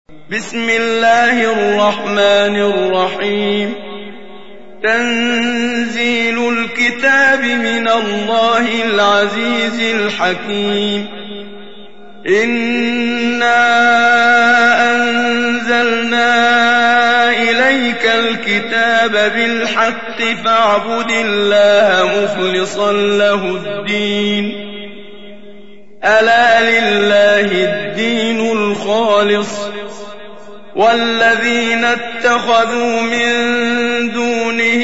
بسم الله الرحمن الرحيم. تنزيل الكتاب من الله العزيز الحكيم. إنا أنزلنا إليك الكتاب بالحق فاعبد الله مخلصا له الدين. ألا لله الدين الخالص والذين اتخذوا من دونه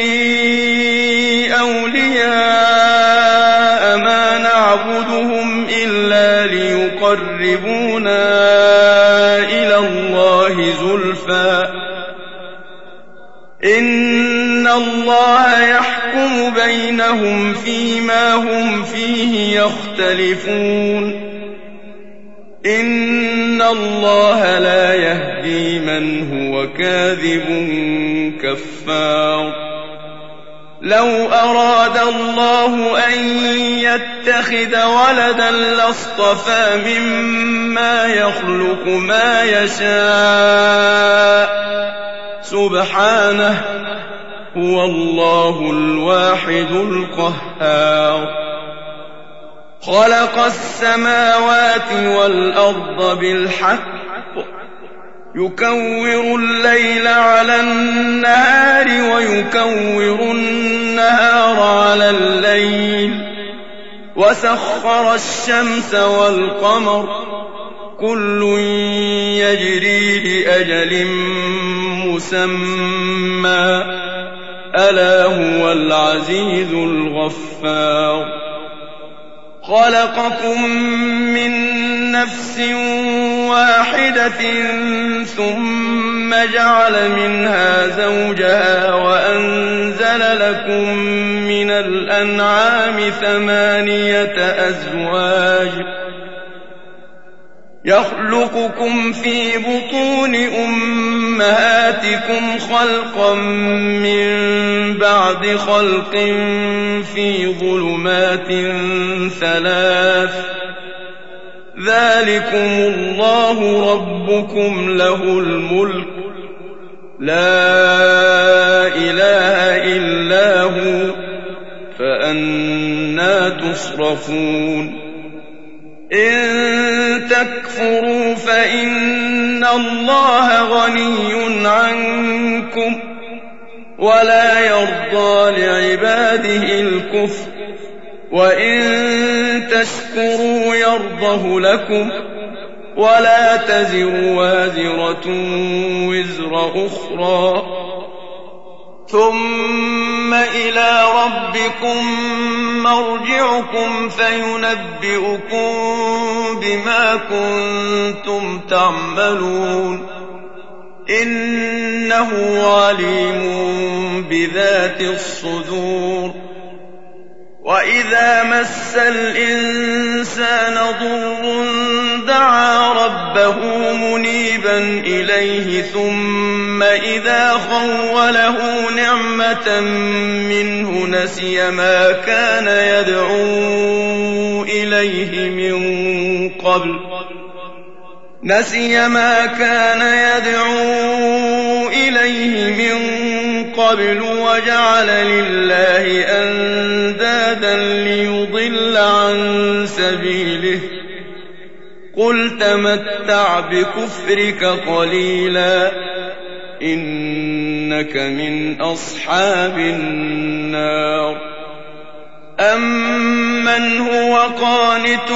أولياء ما نعبدهم إلا ليقربونا إلى الله زلفى إن الله يحكم بينهم فيما هم فيه يختلفون. إن الله لا يهدي من هو كاذب كفار. لو أراد الله أن يتخذ ولدا لاصطفى مما يخلق ما يشاء سبحانه هو الله الواحد القهار. خلق السماوات والأرض بالحق يكور الليل على النهار ويكور النهار على الليل وسخر الشمس والقمر كل يجري لأجل مسمى ألا هو العزيز الغفار. خلقكم من نفس واحدة ثم جعل منها زوجها وأنزل لكم من الأنعام 8 أزواج يخلقكم في بطون أمهاتكم خلقا من بعد خلق في ظلمات 3 ذلكم الله ربكم له الملك لا إله إلا هو فأنى تصرفون. إن تكفروا فإن الله غني عنكم ولا يرضى لعباده الكفر وإن تشكروا يرضه لكم ولا تزر وازرة وزر أخرى ثم إلى ربكم مرجعكم فينبئكم بما كنتم تعملون إنه عليم بذات الصدور. وإذا مس الإنسان ضر دعا ربه منيبا إليه ثم إذا خوله نعمة منه نسي ما كان يدعو إليه من قبل وجعل لله أندادا ليضل عن سبيله قل تمتع بكفرك قليلا إنك من أصحاب النار. أمن هو قانت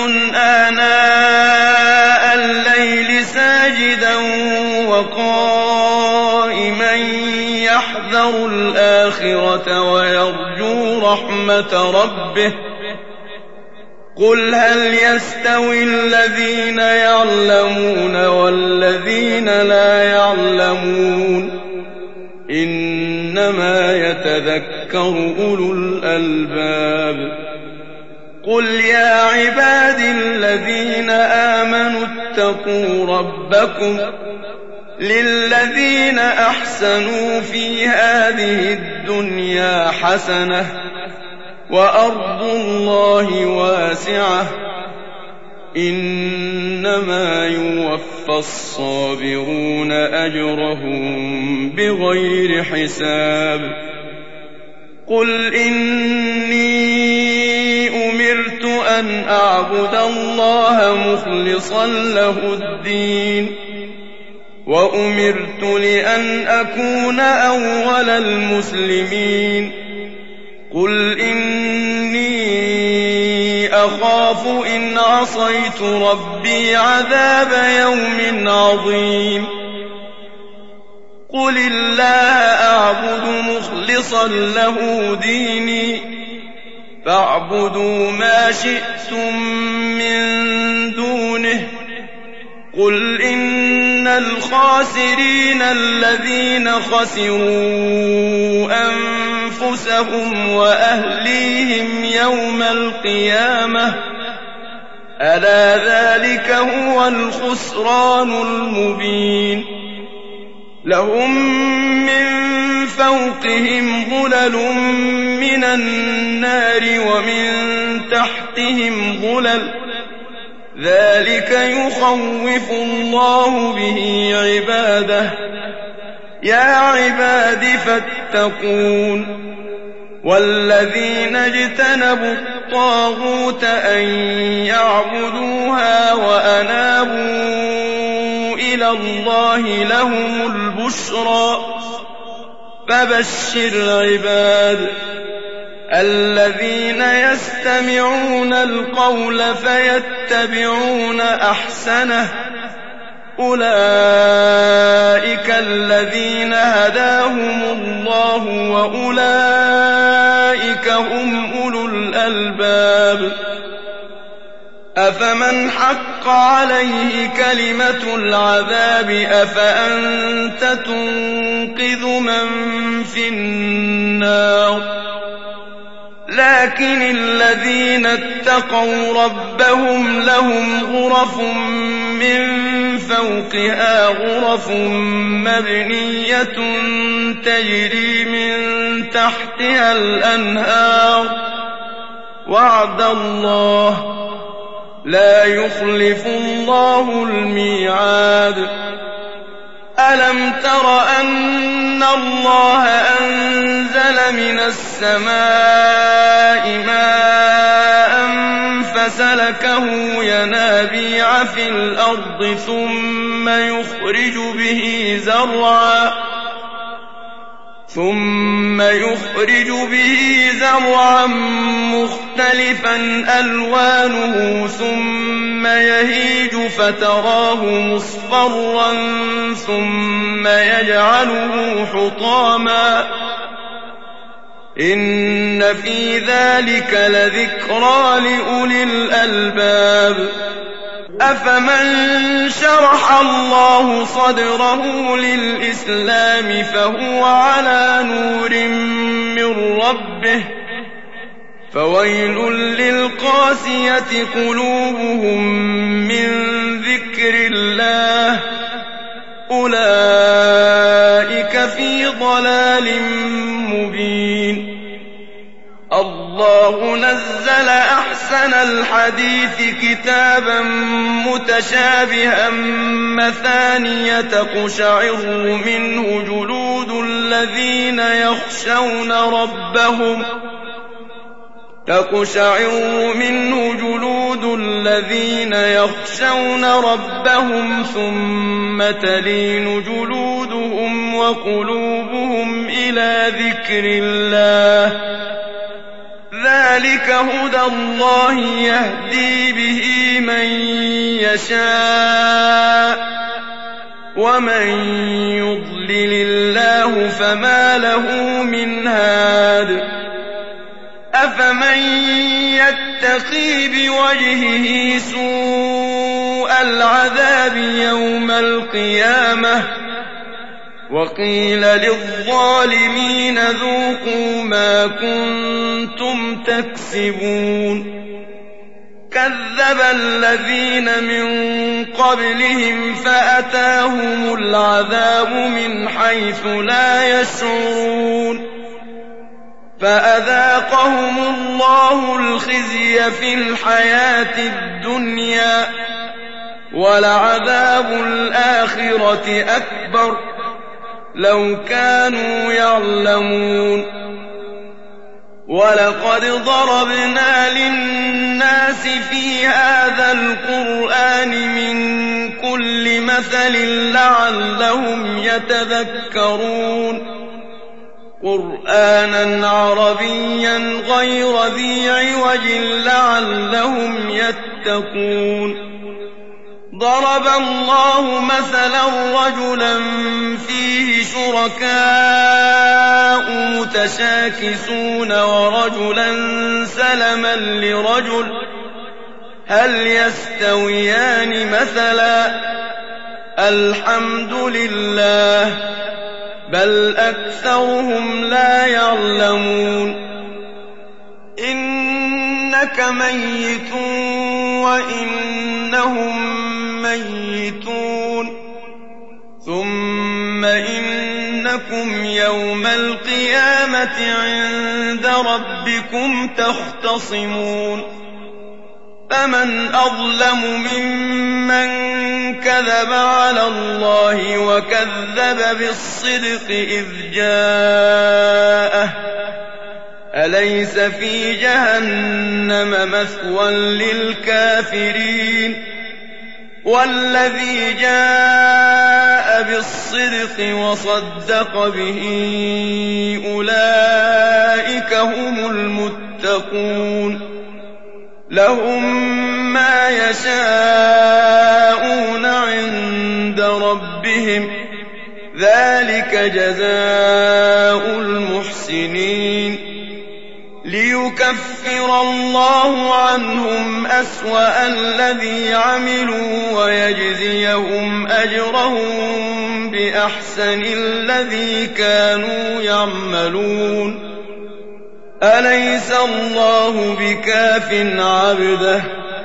آناء الليل ساجدا وقائما يحذر الآخرة ويرجو رحمة ربه قل هل يستوي الذين يعلمون والذين لا يعلمون إنما يتذكر أولو الألباب. قل يا عبادي الذين آمنوا اتقوا ربكم للذين أحسنوا في هذه الدنيا حسنة وأرض الله واسعة إنما يوفى الصابرون أجرهم بغير حساب قل إني أمرت أن أعبد الله مخلصا له الدين وأمرت لأن أكون أول المسلمين قل إني أخاف إن عصيت ربي عذاب يوم عظيم قل الله أعبد مخلصا له ديني فاعبدوا ما شئتم من دونه قل إن الخاسرين الذين خسروا أنفسهم وأهليهم يوم القيامة ألا ذلك هو الخسران المبين لهم من فوقهم ظلل من النار ومن تحتهم ظلل ذلك يخوف الله به عباده يا عباد فاتقون والذين اجتنبوا الطاغوت أن يعبدوها وأنابوا إلى الله لهم البشرى فبشر عباد الذين يستمعون القول فيتبعون أحسنه أولئك الذين هداهم الله وأولئك هم أولو الألباب أفمن حق عليه كلمة العذاب أفأنت تنقذ من في النار لكن الذين اتقوا ربهم لهم غرف من فوقها غرف مبنية تجري من تحتها الأنهار وعد الله لا يخلف الله الميعاد ألم تر أن الله أنزل من السماء ماء فسلكه ينابيع في الأرض ثم يخرج به زرعا مختلفا ألوانه ثم يهيج فتراه مصفرا ثم يجعله حطاما إن في ذلك لذكرى لأولي الألباب أفمن شرح الله صدره للإسلام فهو على نور من ربه فويل للقاسية قلوبهم من ذكر الله أولئك في ضلال مبين الله نزل أحسن الحديث كتابا متشابها مثانية تقشعر منه جلود الذين يخشون ربهم ثم تلين جلودهم وقلوبهم إلى ذكر الله ذلك هدى الله يهدي به من يشاء ومن يضلل الله فما له من هاد أفمن يتقي بوجهه سوء العذاب يوم القيامة وقيل للظالمين ذوقوا ما كنتم تكسبون كذب الذين من قبلهم فأتاهم العذاب من حيث لا يشعرون فأذاقهم الله الخزي في الحياة الدنيا ولعذاب الآخرة أكبر لو كانوا يعلمون ولقد ضربنا للناس في هذا القرآن من كل مثل لعلهم يتذكرون قرآنا عربيا غير ذي عوج لعلهم يتقون ضرب الله مثلا رجلا فيه شركاء متشاكسون ورجلا سلما لرجل هل يستويان مثلا الحمد لله بل أكثرهم لا يعلمون إنك ميت وإنهم ميتون ثم إنكم يوم القيامة عند ربكم تختصمون فمن أظلم ممن كذب على الله وكذب بالصدق إذ جاءه أليس في جهنم مثوى للكافرين والذي جاء بالصدق وصدق به أولئك هم المتقون لهم ما يشاءون عند ربهم ذلك جزاء المحسنين ليكفر الله عنهم أسوأ الذي عملوا ويجزيهم أجرهم بأحسن الذي كانوا يعملون أليس الله بكاف عبده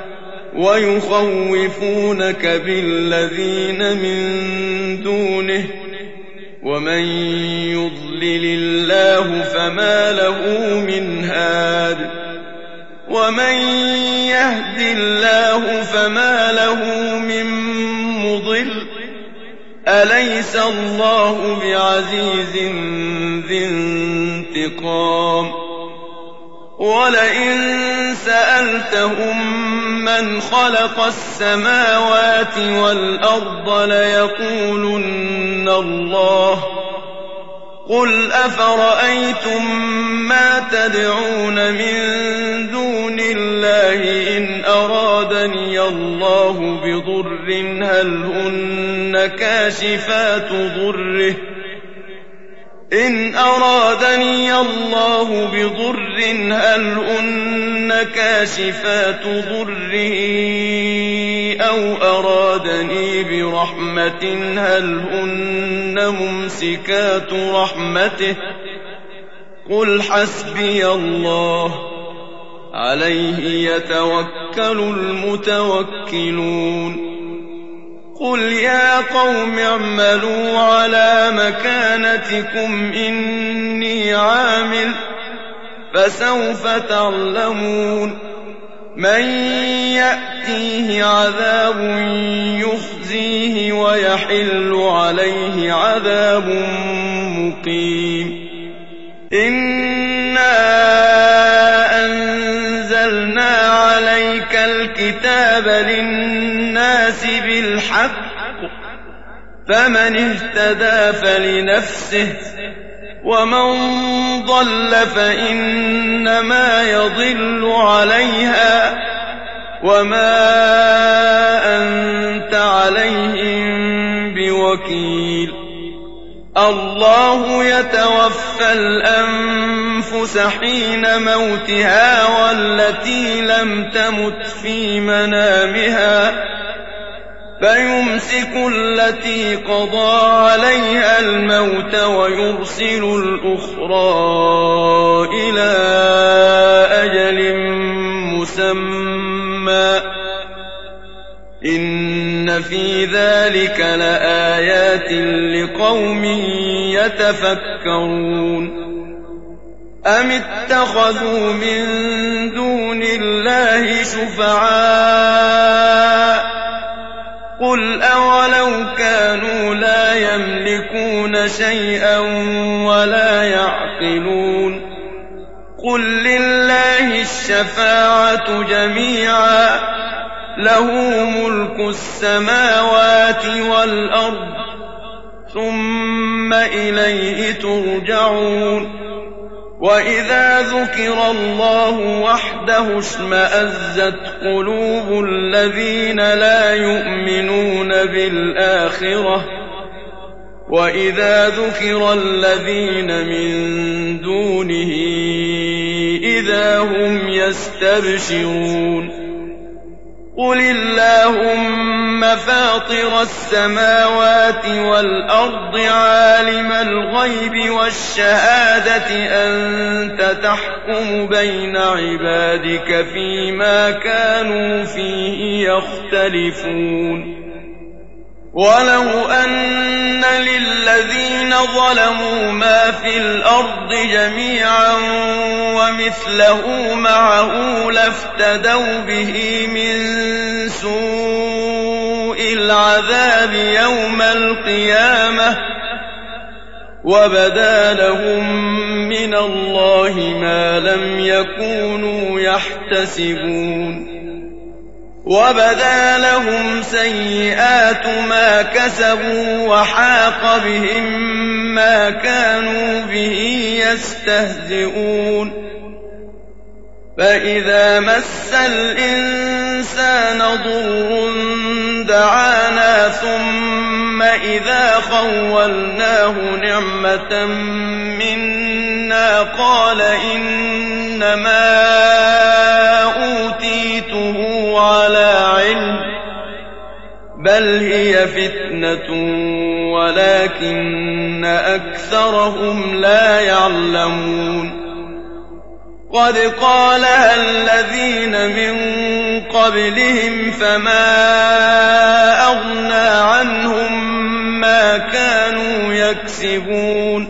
ويخوفونك بالذين من دونه ومن يضلل الله فما له من هاد ومن يهد الله فما له من مضل أليس الله بعزيز ذي انتقام ولئن سألتهم من خلق السماوات والأرض ليقولن الله قل أفرأيتم ما تدعون من دون الله إن أرادني الله بضر هل هن كاشفات ضره إن أرادني الله بضر هل هن كاشفات ضره أو أرادني برحمة هل هن ممسكات رحمته قل حسبي الله عليه يتوكل المتوكلون قل يا قوم اعملوا على مكانتكم إني عامل فسوف تعلمون من يأتيه عذاب يخزيه ويحل عليه عذاب مقيم إنا أنزلنا عليك الكتاب للناس بالحق فمن اهتدى فلنفسه ومن ضل فإنما يضل عليها وما أنت عليهم بوكيل الله يتوفى الأنفس حين موتها والتي لم تمت في منامها فيمسك التي قضى عليها الموت ويرسل الأخرى إلى أجل مسمى إن في ذلك لآيات لقوم يتفكرون أم اتخذوا من دون الله شفعاء قل أولو كانوا لا يملكون شيئا ولا يعقلون قل لله الشفاعة جميعا له ملك السماوات والأرض ثم إليه ترجعون وإذا ذكر الله وحده اشمأزت قلوب الذين لا يؤمنون بالآخرة وإذا ذكر الذين من دونه إذا هم يستبشرون قل اللهم فاطر السماوات والأرض عالم الغيب والشهادة أنت تحكم بين عبادك فيما كانوا فيه يختلفون ولو أن للذين ظلموا ما في الأرض جميعا ومثله معه لافتدوا به من سوء العذاب يوم القيامة وبدا لهم من الله ما لم يكونوا يحتسبون وبدا لهم سيئات ما كسبوا وحاق بهم ما كانوا به يستهزئون فإذا مس الإنسان ضر دعانا ثم إذا خولناه نعمة منا قال إنما أوتيته على علم بل هي فتنة ولكن أكثرهم لا يعلمون قد قالها الذين من قبلهم فما أغنى عنهم ما كانوا يكسبون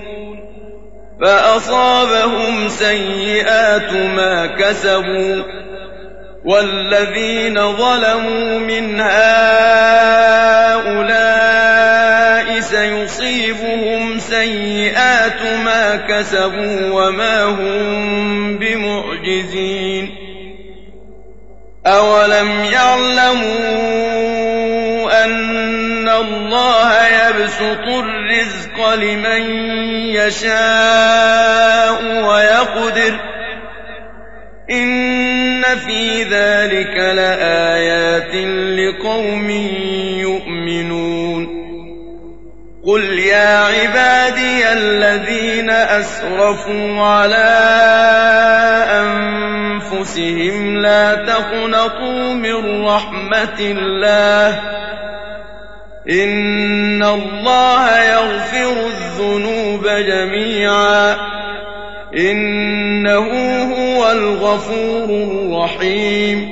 فأصابهم سيئات ما كسبوا والذين ظلموا من هؤلاء سيصيبهم سيئات ما كسبوا وما هم بمعجزين أولم يعلموا أن الله يبسط الرزق لمن يشاء ويقدر إن في ذلك لآيات لقوم يؤمنون قل يا عبادي الذين أسرفوا على أنفسهم لا تقنطوا من رحمة الله إن الله يغفر الذنوب جميعا إنه هو الغفور الرحيم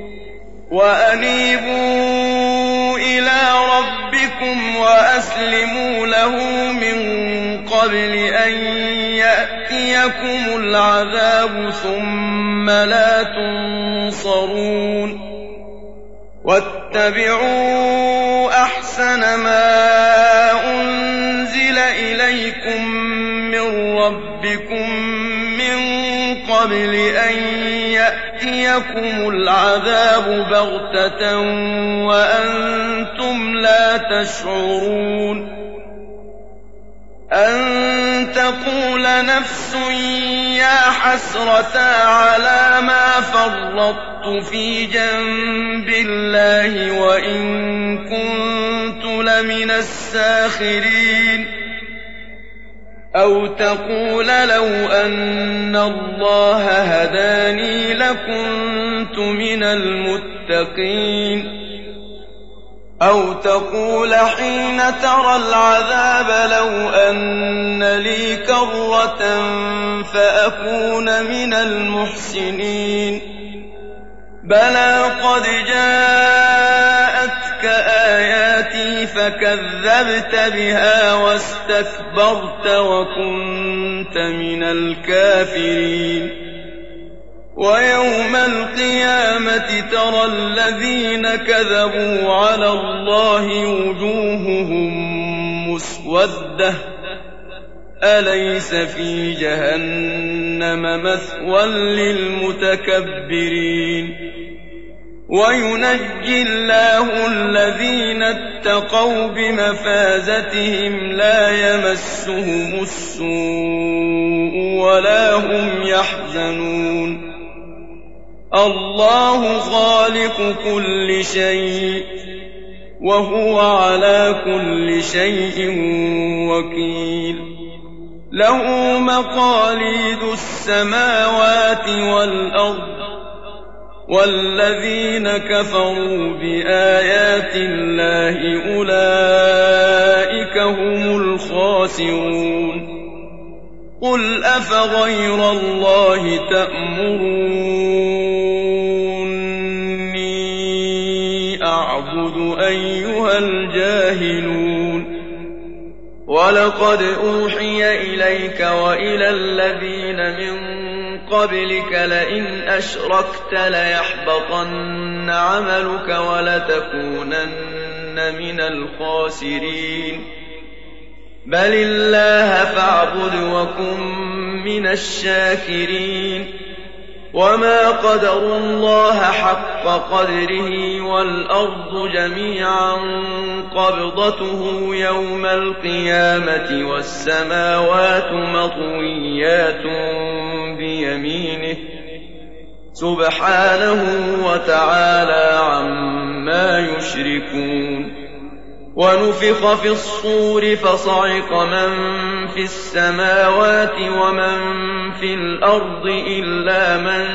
وأنيبوا إلى ربكم وأسلموا له من قبل أن يأتيكم العذاب ثم لا تنصرون واتبعوا أحسن ما أنزل إليكم من ربكم من قبل أن يأتيكم العذاب بغتة وأنتم لا تشعرون أن تقول نفس يا حسرة على ما فرطت في جنب الله وإن كنت لمن الساخرين أو تقول لو أن الله هداني لكنت من المتقين أو تقول حين ترى العذاب لو أن لي كرة فأكون من المحسنين بلى قد جاءتك جاءتك آياتي فكذبت بها واستكبرت وكنت من الكافرين ويوم القيامة ترى الذين كذبوا على الله وجوههم مسودة أليس في جهنم مثوى للمتكبرين وينجي الله الذين اتقوا بمفازتهم لا يمسهم السوء ولا هم يحزنون الله خالق كل شيء وهو على كل شيء وكيل له مقاليد السماوات والأرض والذين كفروا بآيات الله أولئك هم الخاسرون قل أفغير الله تأمروني أعبد أيها الجاهلون ولقد أوحي إليك وإلى الذين من قبلك لئن أشركت ليحبطن عملك ولتكونن من الخاسرين بل الله فاعبد وكن من الشاكرين وما قدروا الله حق قدره والأرض جميعا قبضته يوم القيامة والسماوات مطويات بيمينه سبحانه وتعالى عما يشركون ونفخ في الصور فصعق من في السماوات ومن في الأرض إلا من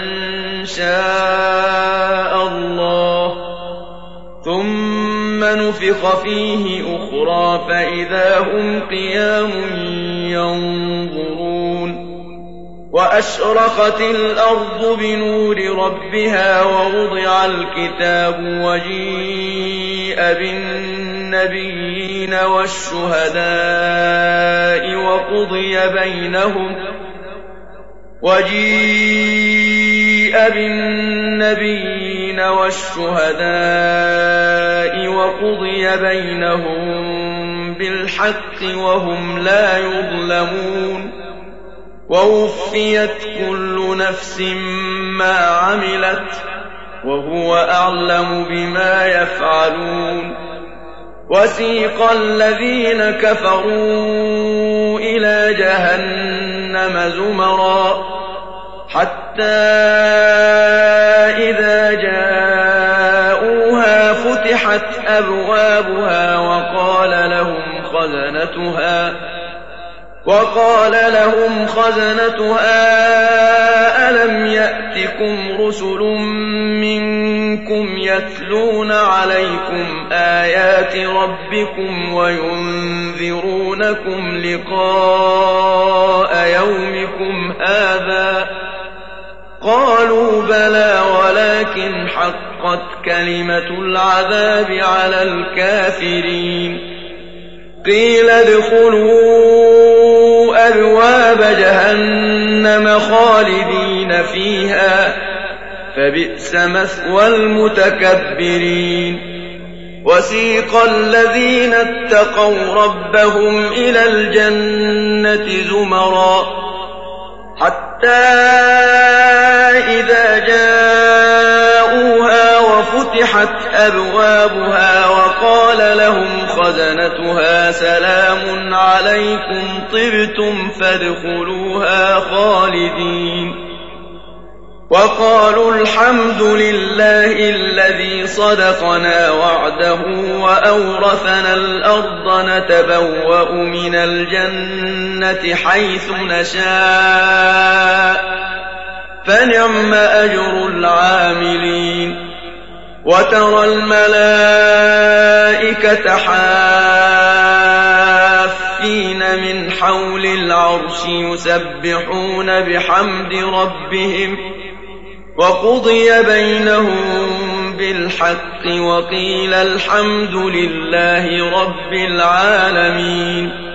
شاء الله ثم نفخ فيه أخرى فإذا هم قيام ينظرون وأشرقت الأرض بنور ربها ووضع الكتاب وجيء بالنبيين والشهداء وقضي بينهم بالحق وهم لا يظلمون ووفيت كل نفس ما عملت وهو أعلم بما يفعلون وسيق الذين كفروا إلى جهنم زمرا حتى إذا جاءوها فتحت أبوابها وقال لهم خزنتها ألم يأتكم رسل منكم يتلون عليكم آيات ربكم وينذرونكم لقاء يومكم هذا قالوا بلى ولكن حقت كلمة العذاب على الكافرين قيل ادخلوا أبواب جهنم خالدين فيها فبئس مثوى المتكبرين وسيق الذين اتقوا ربهم إلى الجنة زمرا حتى إذا جاءوها وفتحت أبوابها وقال لهم خزنتها سلام عليكم طبتم فادخلوها خالدين وقالوا الحمد لله الذي صدقنا وعده وأورثنا الأرض نتبوأ من الجنة حيث نشاء فنعم أجر العاملين وترى الملائكة حافين من حول العرش يسبحون بحمد ربهم وقضي بينهم بالحق وقيل الحمد لله رب العالمين.